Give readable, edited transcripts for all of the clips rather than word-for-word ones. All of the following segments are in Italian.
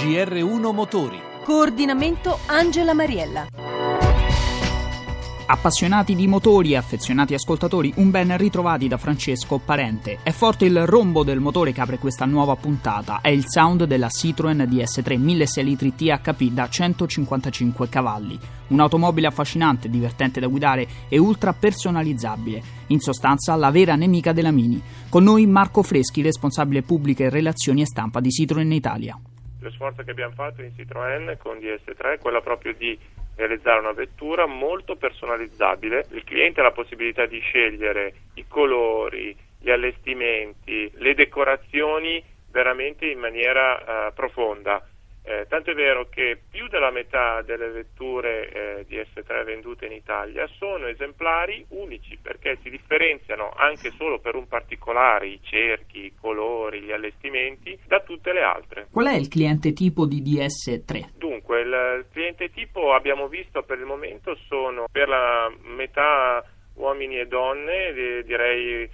GR1 Motori. Coordinamento Angela Mariella. Appassionati di motori e affezionati ascoltatori, un ben ritrovati da Francesco Parente. È forte il rombo del motore che apre questa nuova puntata. È il sound della Citroën DS3 1.6 litri THP da 155 cavalli. Un'automobile affascinante, divertente da guidare e ultra personalizzabile. In sostanza, la vera nemica della Mini. Con noi Marco Freschi, responsabile pubbliche relazioni e stampa di Citroën Italia. Lo sforzo che abbiamo fatto in Citroën con DS3 è quello proprio di realizzare una vettura molto personalizzabile. Il cliente ha la possibilità di scegliere i colori, gli allestimenti, le decorazioni veramente in maniera profonda. Tanto è vero che più della metà delle vetture DS3 vendute in Italia sono esemplari unici, perché si differenziano anche solo per un particolare, i cerchi, i colori, gli allestimenti, da tutte le altre. Qual è il cliente tipo di DS3? Dunque, il cliente tipo abbiamo visto per il momento sono per la metà uomini e donne, direi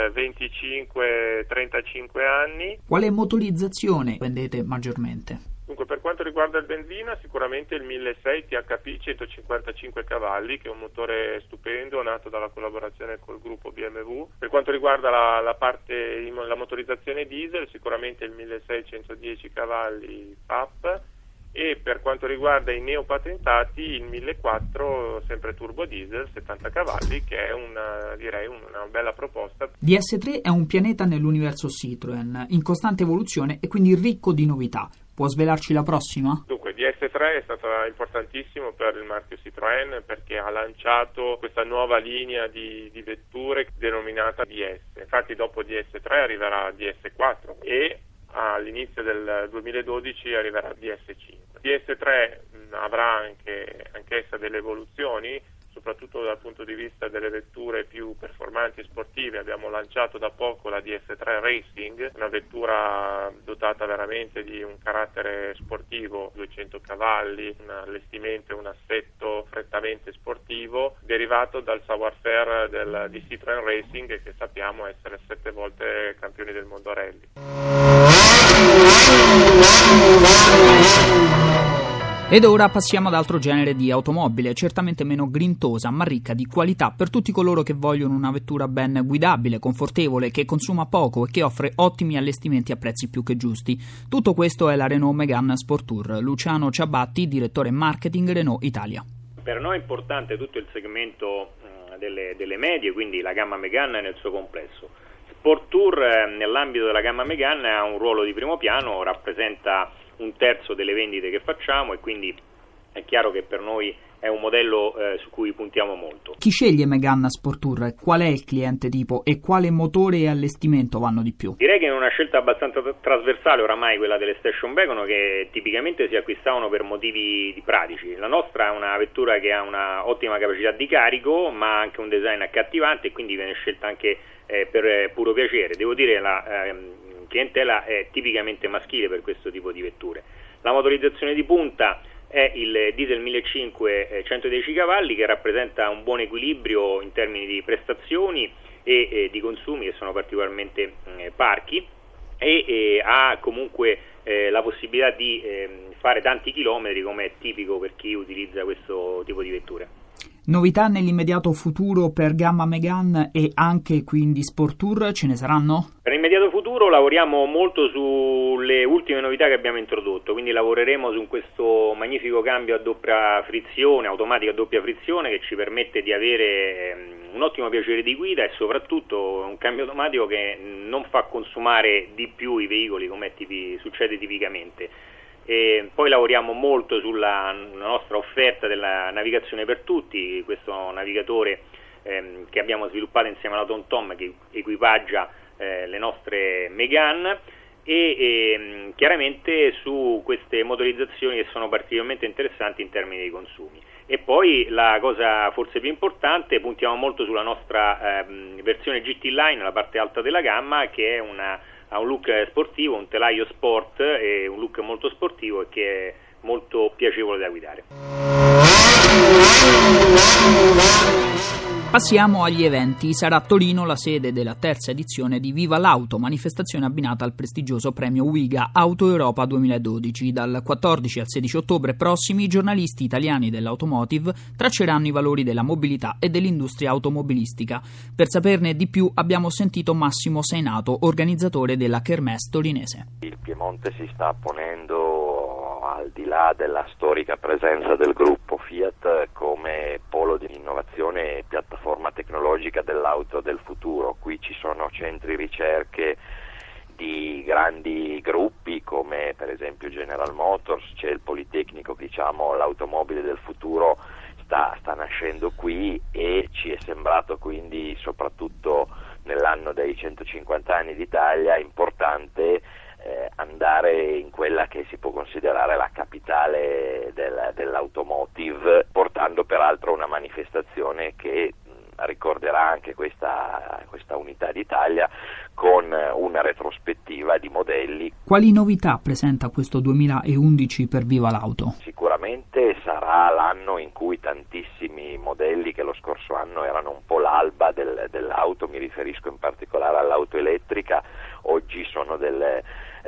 25-35 anni. Quale motorizzazione vendete maggiormente? Dunque, per quanto riguarda il benzina, sicuramente il 1.6 THP 155 cavalli, che è un motore stupendo, nato dalla collaborazione col gruppo BMW. Per quanto riguarda la motorizzazione diesel, sicuramente il 1.6 110 cavalli PAP, e per quanto riguarda i neopatentati il 1.4 sempre turbo diesel 70 cavalli, che è una bella proposta. DS3 è un pianeta nell'universo Citroën, in costante evoluzione e quindi ricco di novità. Può svelarci la prossima? Dunque, DS3 è stata importantissimo per il marchio Citroën perché ha lanciato questa nuova linea di vetture denominata DS. Infatti dopo DS3 arriverà DS4 e all'inizio del 2012 arriverà DS5. DS3 avrà anch'essa delle evoluzioni, soprattutto dal punto di vista delle vetture più performanti e sportive. Abbiamo lanciato da poco la DS3 Racing, una vettura dotata veramente di un carattere sportivo, 200 cavalli, un allestimento e un assetto prettamente sportivo, derivato dal savoir-faire di Citroën Racing, che sappiamo essere 7 volte campioni del mondo rally. Ed ora passiamo ad altro genere di automobile, certamente meno grintosa, ma ricca di qualità per tutti coloro che vogliono una vettura ben guidabile, confortevole, che consuma poco e che offre ottimi allestimenti a prezzi più che giusti. Tutto questo è la Renault Mégane Sport Tour. Luciano Ciabatti, direttore marketing Renault Italia. Per noi è importante tutto il segmento delle medie, quindi la gamma Mégane nel suo complesso. Sport Tour nell'ambito della gamma Mégane ha un ruolo di primo piano, rappresenta un terzo delle vendite che facciamo e quindi è chiaro che per noi è un modello su cui puntiamo molto. Chi sceglie Mégane Sport Tour? Qual è il cliente tipo e quale motore e allestimento vanno di più? Direi che è una scelta abbastanza trasversale oramai quella delle station wagon, che tipicamente si acquistavano per motivi pratici. La nostra è una vettura che ha una ottima capacità di carico, ma anche un design accattivante e quindi viene scelta anche per puro piacere. Devo dire la clientela è tipicamente maschile per questo tipo di vetture. La motorizzazione di punta è il diesel 1.5 110 cavalli, che rappresenta un buon equilibrio in termini di prestazioni e di consumi, che sono particolarmente parchi, e ha comunque la possibilità di fare tanti chilometri, come è tipico per chi utilizza questo tipo di vetture. Novità nell'immediato futuro per gamma Mégane e anche quindi Sport Tour ce ne saranno? Per l'immediato futuro lavoriamo molto sulle ultime novità che abbiamo introdotto, quindi lavoreremo su questo magnifico cambio a doppia frizione, automatica a doppia frizione, che ci permette di avere un ottimo piacere di guida e soprattutto un cambio automatico che non fa consumare di più i veicoli come succede tipicamente. E poi lavoriamo molto sulla nostra offerta della navigazione per tutti, questo navigatore che abbiamo sviluppato insieme alla TomTom, che equipaggia le nostre Mégane, e chiaramente su queste motorizzazioni che sono particolarmente interessanti in termini di consumi. E poi la cosa forse più importante, puntiamo molto sulla nostra versione GT Line, la parte alta della gamma, che è ha un look sportivo, un telaio sport e un look molto sportivo e che è molto piacevole da guidare. Passiamo agli eventi. Sarà a Torino la sede della terza edizione di Viva l'Auto, manifestazione abbinata al prestigioso premio UIGA Auto Europa 2012. Dal 14 al 16 ottobre prossimi i giornalisti italiani dell'automotive tracceranno i valori della mobilità e dell'industria automobilistica. Per saperne di più abbiamo sentito Massimo Seinato, organizzatore della Kermesse torinese. Il Piemonte si sta ponendo al di là della storica presenza del gruppo Fiat come polo di innovazione e piattaforma tecnologica dell'auto del futuro. Qui ci sono centri ricerche di grandi gruppi come per esempio General Motors, c'è il Politecnico, l'automobile del futuro sta nascendo qui, e ci è sembrato quindi, soprattutto nell'anno dei 150 anni d'Italia, importante andare in quella che si può considerare la capitale dell'automotive, portando peraltro una manifestazione che ricorderà anche questa unità d'Italia con una retrospettiva di modelli. Quali novità presenta questo 2011 per Viva l'Auto? Sicuramente sarà l'anno in cui tantissimi modelli che lo scorso anno erano un po' l'alba dell'auto, mi riferisco in particolare all'auto elettrica, oggi sono delle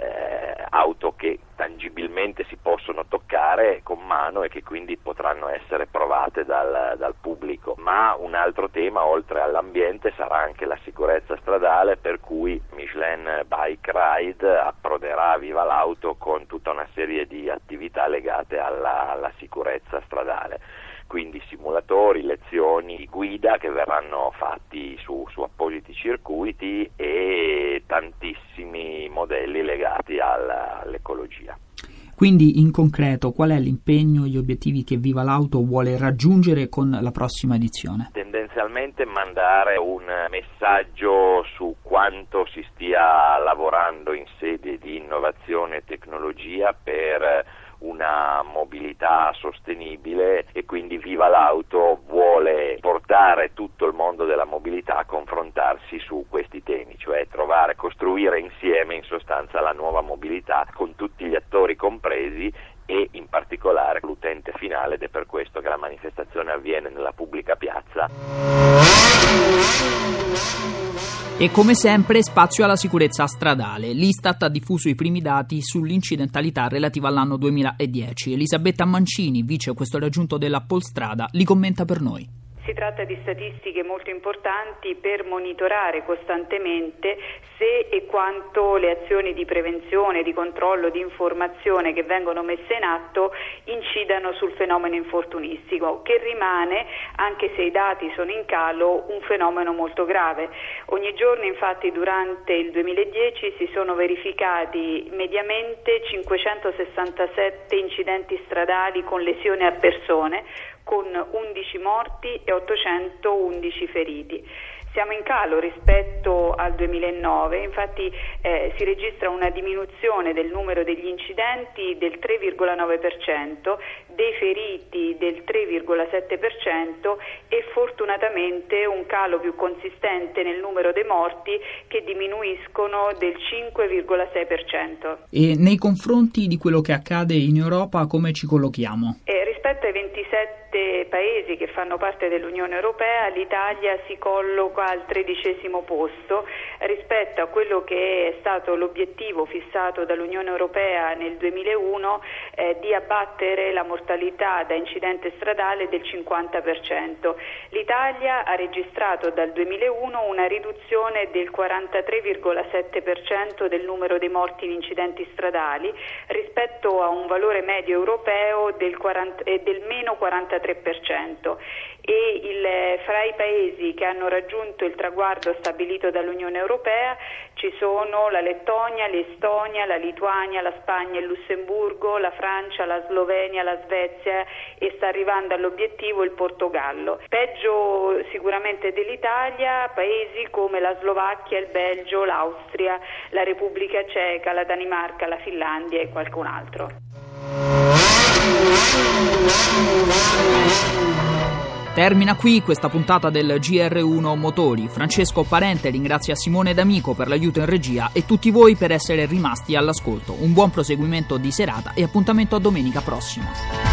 auto che tangibilmente si possono toccare con mano e che quindi potranno essere provate dal pubblico. Ma un altro tema, oltre all'ambiente, sarà anche la sicurezza stradale, per cui Michelin Bike Ride approderà a Viva l'Auto con tutta una serie di attività legate alla sicurezza stradale. Quindi simulatori, lezioni, guida che verranno fatti su appositi circuiti e tantissimi modelli legati all'ecologia. Quindi in concreto qual è l'impegno e gli obiettivi che Viva l'Auto vuole raggiungere con la prossima edizione? Tendenzialmente mandare un messaggio su quanto si stia lavorando in sede di innovazione e tecnologia per una mobilità sostenibile, e quindi Viva l'Auto vuole portare tutto il mondo della mobilità a confrontarsi su questi temi, cioè costruire insieme in sostanza la nuova mobilità con tutti gli attori compresi e in particolare l'utente finale, ed è per questo che la manifestazione avviene nella pubblica piazza. E come sempre spazio alla sicurezza stradale. L'Istat ha diffuso i primi dati sull'incidentalità relativa all'anno 2010. Elisabetta Mancini, vice questore aggiunto della Polstrada, li commenta per noi. Si tratta di statistiche molto importanti per monitorare costantemente se e quanto le azioni di prevenzione, di controllo, di informazione che vengono messe in atto incidano sul fenomeno infortunistico, che rimane, anche se i dati sono in calo, un fenomeno molto grave. Ogni giorno infatti durante il 2010 si sono verificati mediamente 567 incidenti stradali con lesioni a persone, con 11 morti e 811 feriti. Siamo in calo rispetto al 2009, infatti si registra una diminuzione del numero degli incidenti del 3,9%, dei feriti del 3,7% e fortunatamente un calo più consistente nel numero dei morti, che diminuiscono del 5,6%. E nei confronti di quello che accade in Europa come ci collochiamo? Rispetto ai 27 paesi che fanno parte dell'Unione Europea, l'Italia si colloca al 13° posto rispetto a quello che è stato l'obiettivo fissato dall'Unione Europea nel 2001 di abbattere la mortalità da incidente stradale del 50%. L'Italia ha registrato dal 2001 una riduzione del 43,7% del numero dei morti in incidenti stradali rispetto a un valore medio europeo del meno 43%, e fra i paesi che hanno raggiunto il traguardo stabilito dall'Unione Europea ci sono la Lettonia, l'Estonia, la Lituania, la Spagna, il Lussemburgo, la Francia, la Slovenia, la Svezia, e sta arrivando all'obiettivo il Portogallo. Peggio sicuramente dell'Italia paesi come la Slovacchia, il Belgio, l'Austria, la Repubblica Ceca, la Danimarca, la Finlandia e qualcun altro. Termina qui questa puntata del GR1 Motori. Francesco Parente ringrazia Simone D'Amico per l'aiuto in regia e tutti voi per essere rimasti all'ascolto. Un buon proseguimento di serata e appuntamento a domenica prossima.